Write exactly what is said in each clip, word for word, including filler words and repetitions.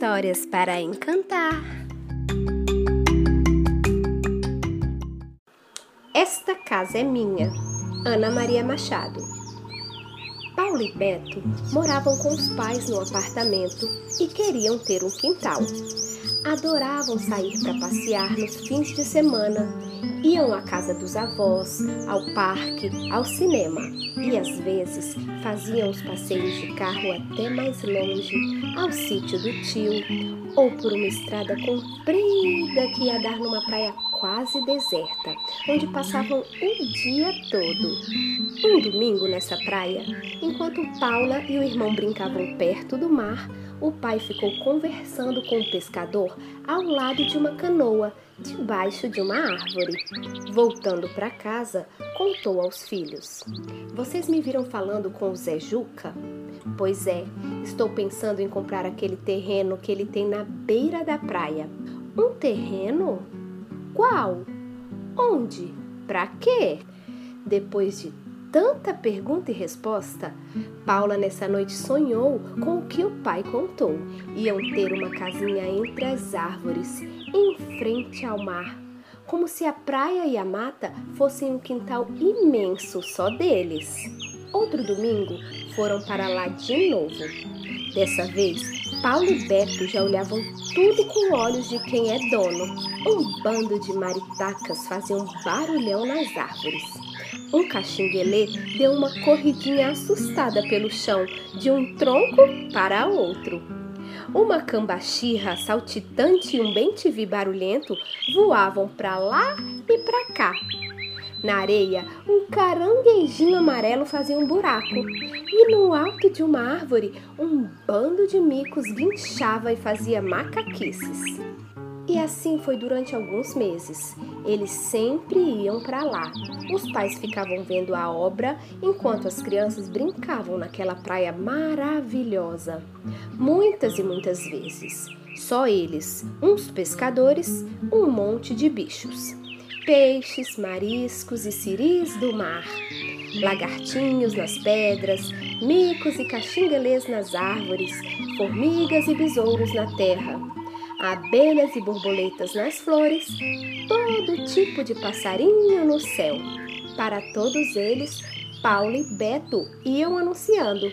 Histórias para encantar. Esta casa é minha. Ana Maria Machado. Paulo e Beto moravam com os pais no apartamento e queriam ter um quintal. Adoravam sair para passear nos fins de semana. Iam à casa dos avós, ao parque, ao cinema e às vezes faziam os passeios de carro até mais longe, ao sítio do tio ou por uma estrada comprida que ia dar numa praia quase deserta, onde passavam o dia todo. Um domingo nessa praia, enquanto Paula e o irmão brincavam perto do mar, o pai ficou conversando com o pescador ao lado de uma canoa, debaixo de uma árvore. Voltando para casa, contou aos filhos: "Vocês me viram falando com o Zé Juca? Pois é, estou pensando em comprar aquele terreno que ele tem na beira da praia." "Um terreno? Qual? Onde? Pra quê?" Depois de tanta pergunta e resposta, Paula nessa noite sonhou com o que o pai contou. Iam ter uma casinha entre as árvores, em frente ao mar, como se a praia e a mata fossem um quintal imenso só deles. Outro domingo foram para lá de novo. Dessa vez, Paulo e Beto já olhavam tudo com olhos de quem é dono. Um bando de maritacas fazia um barulhão nas árvores. Um caxinguelê deu uma corridinha assustada pelo chão, de um tronco para outro. Uma cambaxirra saltitante e um bem-te-vi barulhento voavam para lá e para cá. Na areia, um caranguejinho amarelo fazia um buraco, e no alto de uma árvore, um bando de micos guinchava e fazia macaquices. E assim foi durante alguns meses. Eles sempre iam para lá. Os pais ficavam vendo a obra enquanto as crianças brincavam naquela praia maravilhosa. Muitas e muitas vezes. Só eles, uns pescadores, um monte de bichos. Peixes, mariscos e siris do mar. Lagartinhos nas pedras, micos e caxinguelês nas árvores, formigas e besouros na terra. Abelhas e borboletas nas flores, todo tipo de passarinho no céu. Para todos eles, Paulo e Beto iam anunciando: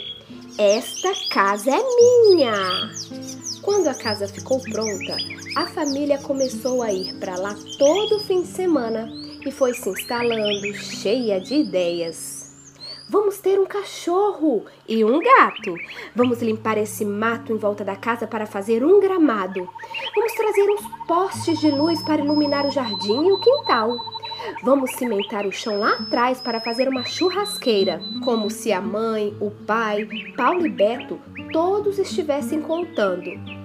"Esta casa é minha!" Quando a casa ficou pronta, a família começou a ir para lá todo fim de semana e foi se instalando cheia de ideias. "Vamos ter um cachorro e um gato. Vamos limpar esse mato em volta da casa para fazer um gramado. Vamos trazer uns postes de luz para iluminar o jardim e o quintal. Vamos cimentar o chão lá atrás para fazer uma churrasqueira." Como se a mãe, o pai, Paulo e Beto todos estivessem contando: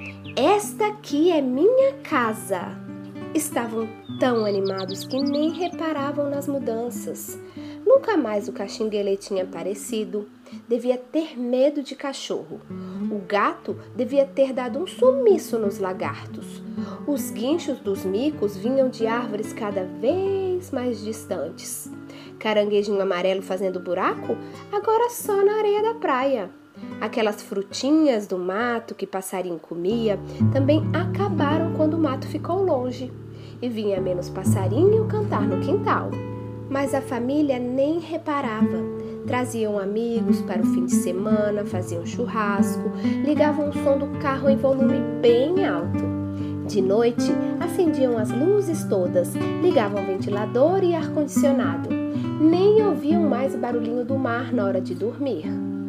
"Esta aqui é minha casa." Estavam tão animados que nem reparavam nas mudanças. Nunca mais o caxinguelê tinha aparecido. Devia ter medo de cachorro. O gato devia ter dado um sumiço nos lagartos. Os guinchos dos micos vinham de árvores cada vez mais distantes. Caranguejinho amarelo fazendo buraco, agora só na areia da praia. Aquelas frutinhas do mato que passarinho comia também acabaram quando o mato ficou longe e vinha menos passarinho cantar no quintal. Mas a família nem reparava. Traziam amigos para o fim de semana, faziam churrasco, ligavam o som do carro em volume bem alto. De noite, acendiam as luzes todas, ligavam ventilador e ar-condicionado. Nem ouviam mais o barulhinho do mar na hora de dormir.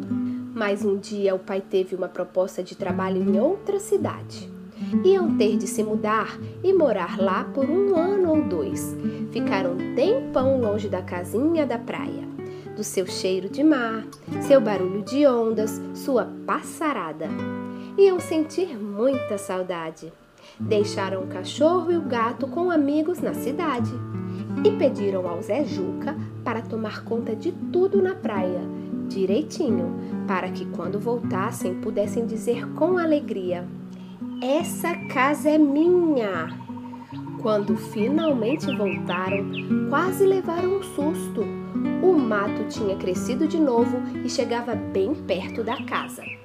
Mas um dia o pai teve uma proposta de trabalho em outra cidade. Iam ter de se mudar e morar lá por um ano ou dois. Ficaram um tempão longe da casinha da praia, do seu cheiro de mar, seu barulho de ondas, sua passarada. Iam sentir muita saudade. Deixaram o cachorro e o gato com amigos na cidade e pediram ao Zé Juca para tomar conta de tudo na praia, direitinho, para que quando voltassem pudessem dizer com alegria: "Essa casa é minha!" Quando finalmente voltaram, quase levaram um susto. O mato tinha crescido de novo e chegava bem perto da casa.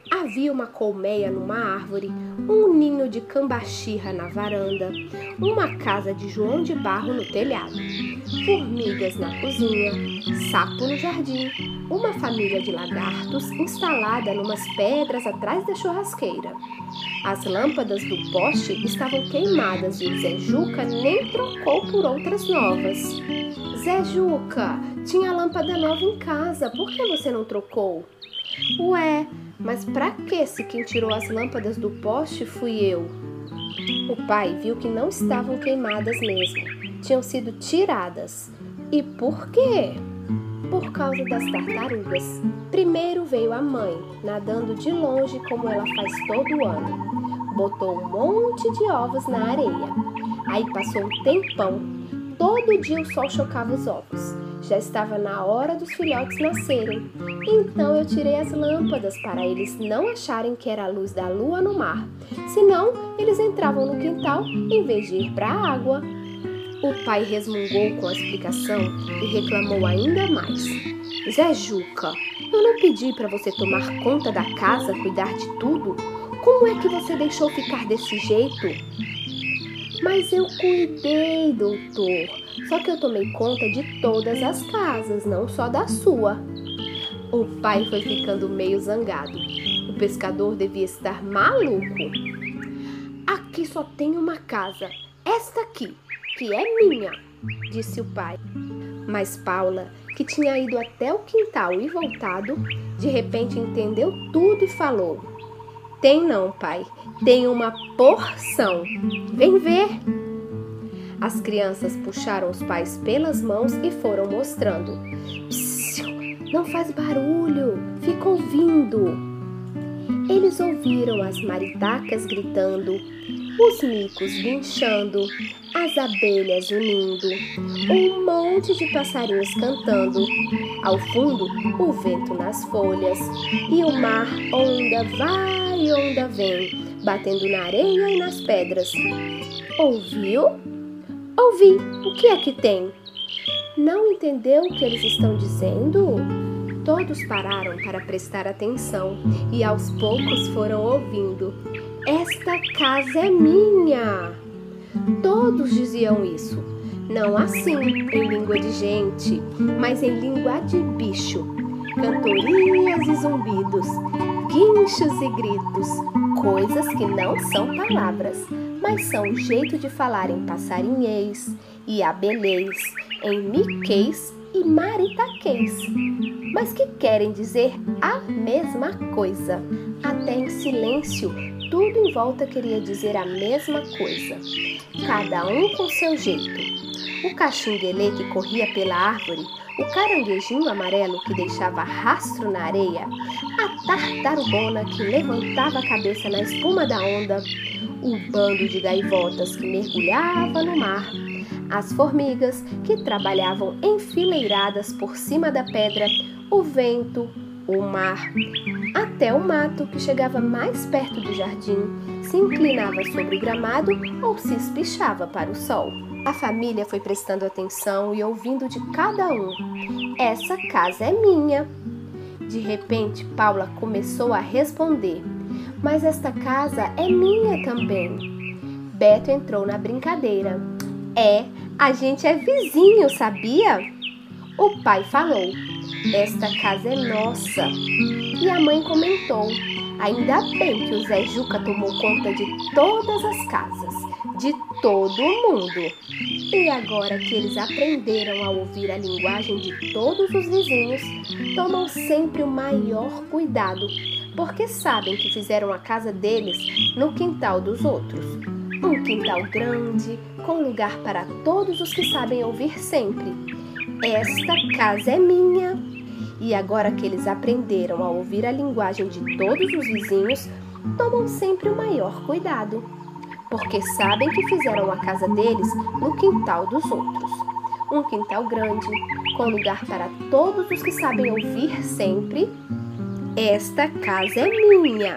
Havia uma colmeia numa árvore, um ninho de cambaxirra na varanda, uma casa de João de Barro no telhado, formigas na cozinha, sapo no jardim, uma família de lagartos instalada numas pedras atrás da churrasqueira. As lâmpadas do poste estavam queimadas e o Zé Juca nem trocou por outras novas. Zé Juca, tinha lâmpada nova em casa, por que você não trocou? Ué, mas pra que se quem tirou as lâmpadas do poste fui eu? O pai viu que não estavam queimadas mesmo, tinham sido tiradas. E por quê? Por causa das tartarugas. Primeiro veio a mãe, nadando de longe como ela faz todo ano. Botou um monte de ovos na areia. Aí passou um tempão. Todo dia o sol chocava os ovos. Já estava na hora dos filhotes nascerem. Então eu tirei as lâmpadas para eles não acharem que era a luz da lua no mar. Senão, eles entravam no quintal em vez de ir para a água. O pai resmungou com a explicação e reclamou ainda mais. Zé Juca, eu não pedi para você tomar conta da casa, cuidar de tudo? Como é que você deixou ficar desse jeito? Mas eu cuidei, doutor. Só que eu tomei conta de todas as casas, não só da sua. O pai foi ficando meio zangado. O pescador devia estar maluco. Aqui só tem uma casa, esta aqui, que é minha, disse o pai. Mas Paula, que tinha ido até o quintal e voltado, de repente entendeu tudo e falou: Tem não, pai, tem uma porção. Vem ver. As crianças puxaram os pais pelas mãos e foram mostrando. Psiu, não faz barulho, fica ouvindo. Eles ouviram as maritacas gritando, os micos guinchando, as abelhas unindo, um monte de passarinhos cantando, ao fundo o vento nas folhas e o mar onda vai, onda vem, batendo na areia e nas pedras. Ouviu? Ouvi. O que é que tem? Não entendeu o que eles estão dizendo? Todos pararam para prestar atenção e aos poucos foram ouvindo. Esta casa é minha! Todos diziam isso. Não assim, em língua de gente, mas em língua de bicho. Cantorias e zumbidos, guinchos e gritos, coisas que não são palavras, mas são o jeito de falar em passarinhês e abelês, em miquês e maritaquês, mas que querem dizer a mesma coisa. Até em silêncio, tudo em volta queria dizer a mesma coisa, cada um com seu jeito. O caxinguelê que corria pela árvore, o caranguejinho amarelo que deixava rastro na areia, a tartarugona que levantava a cabeça na espuma da onda, o bando de gaivotas que mergulhava no mar, as formigas que trabalhavam enfileiradas por cima da pedra, o vento, o mar, até o mato que chegava mais perto do jardim, se inclinava sobre o gramado ou se espichava para o sol. A família foi prestando atenção e ouvindo de cada um. Essa casa é minha. De repente, Paula começou a responder. Mas esta casa é minha também. Beto entrou na brincadeira. É, a gente é vizinho, sabia? O pai falou. Esta casa é nossa. E a mãe comentou. Ainda bem que o Zé Juca tomou conta de todas as casas, de todo mundo. E agora que eles aprenderam a ouvir a linguagem de todos os vizinhos, tomam sempre o maior cuidado, porque sabem que fizeram a casa deles no quintal dos outros. Um quintal grande, com lugar para todos os que sabem ouvir sempre. Esta casa é minha. E agora que eles aprenderam a ouvir a linguagem de todos os vizinhos, tomam sempre o maior cuidado, porque sabem que fizeram a casa deles no quintal dos outros. Um quintal grande, com lugar para todos os que sabem ouvir sempre. Esta casa é minha.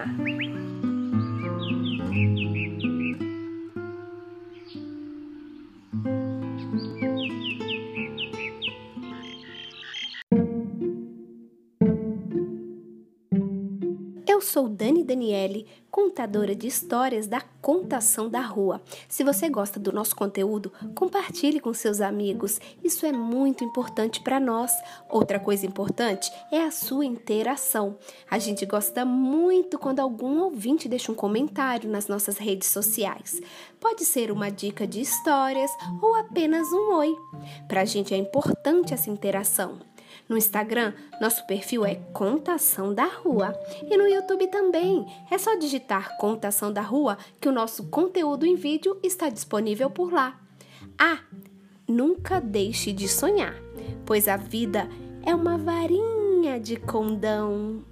Eu sou Dani Daniele, contadora de histórias da Contação da Rua. Se você gosta do nosso conteúdo, compartilhe com seus amigos. Isso é muito importante para nós. Outra coisa importante é a sua interação. A gente gosta muito quando algum ouvinte deixa um comentário nas nossas redes sociais. Pode ser uma dica de histórias ou apenas um oi. Para a gente é importante essa interação. No Instagram, nosso perfil é Contação da Rua. E no YouTube também. É só digitar Contação da Rua que o nosso conteúdo em vídeo está disponível por lá. Ah, nunca deixe de sonhar, pois a vida é uma varinha de condão.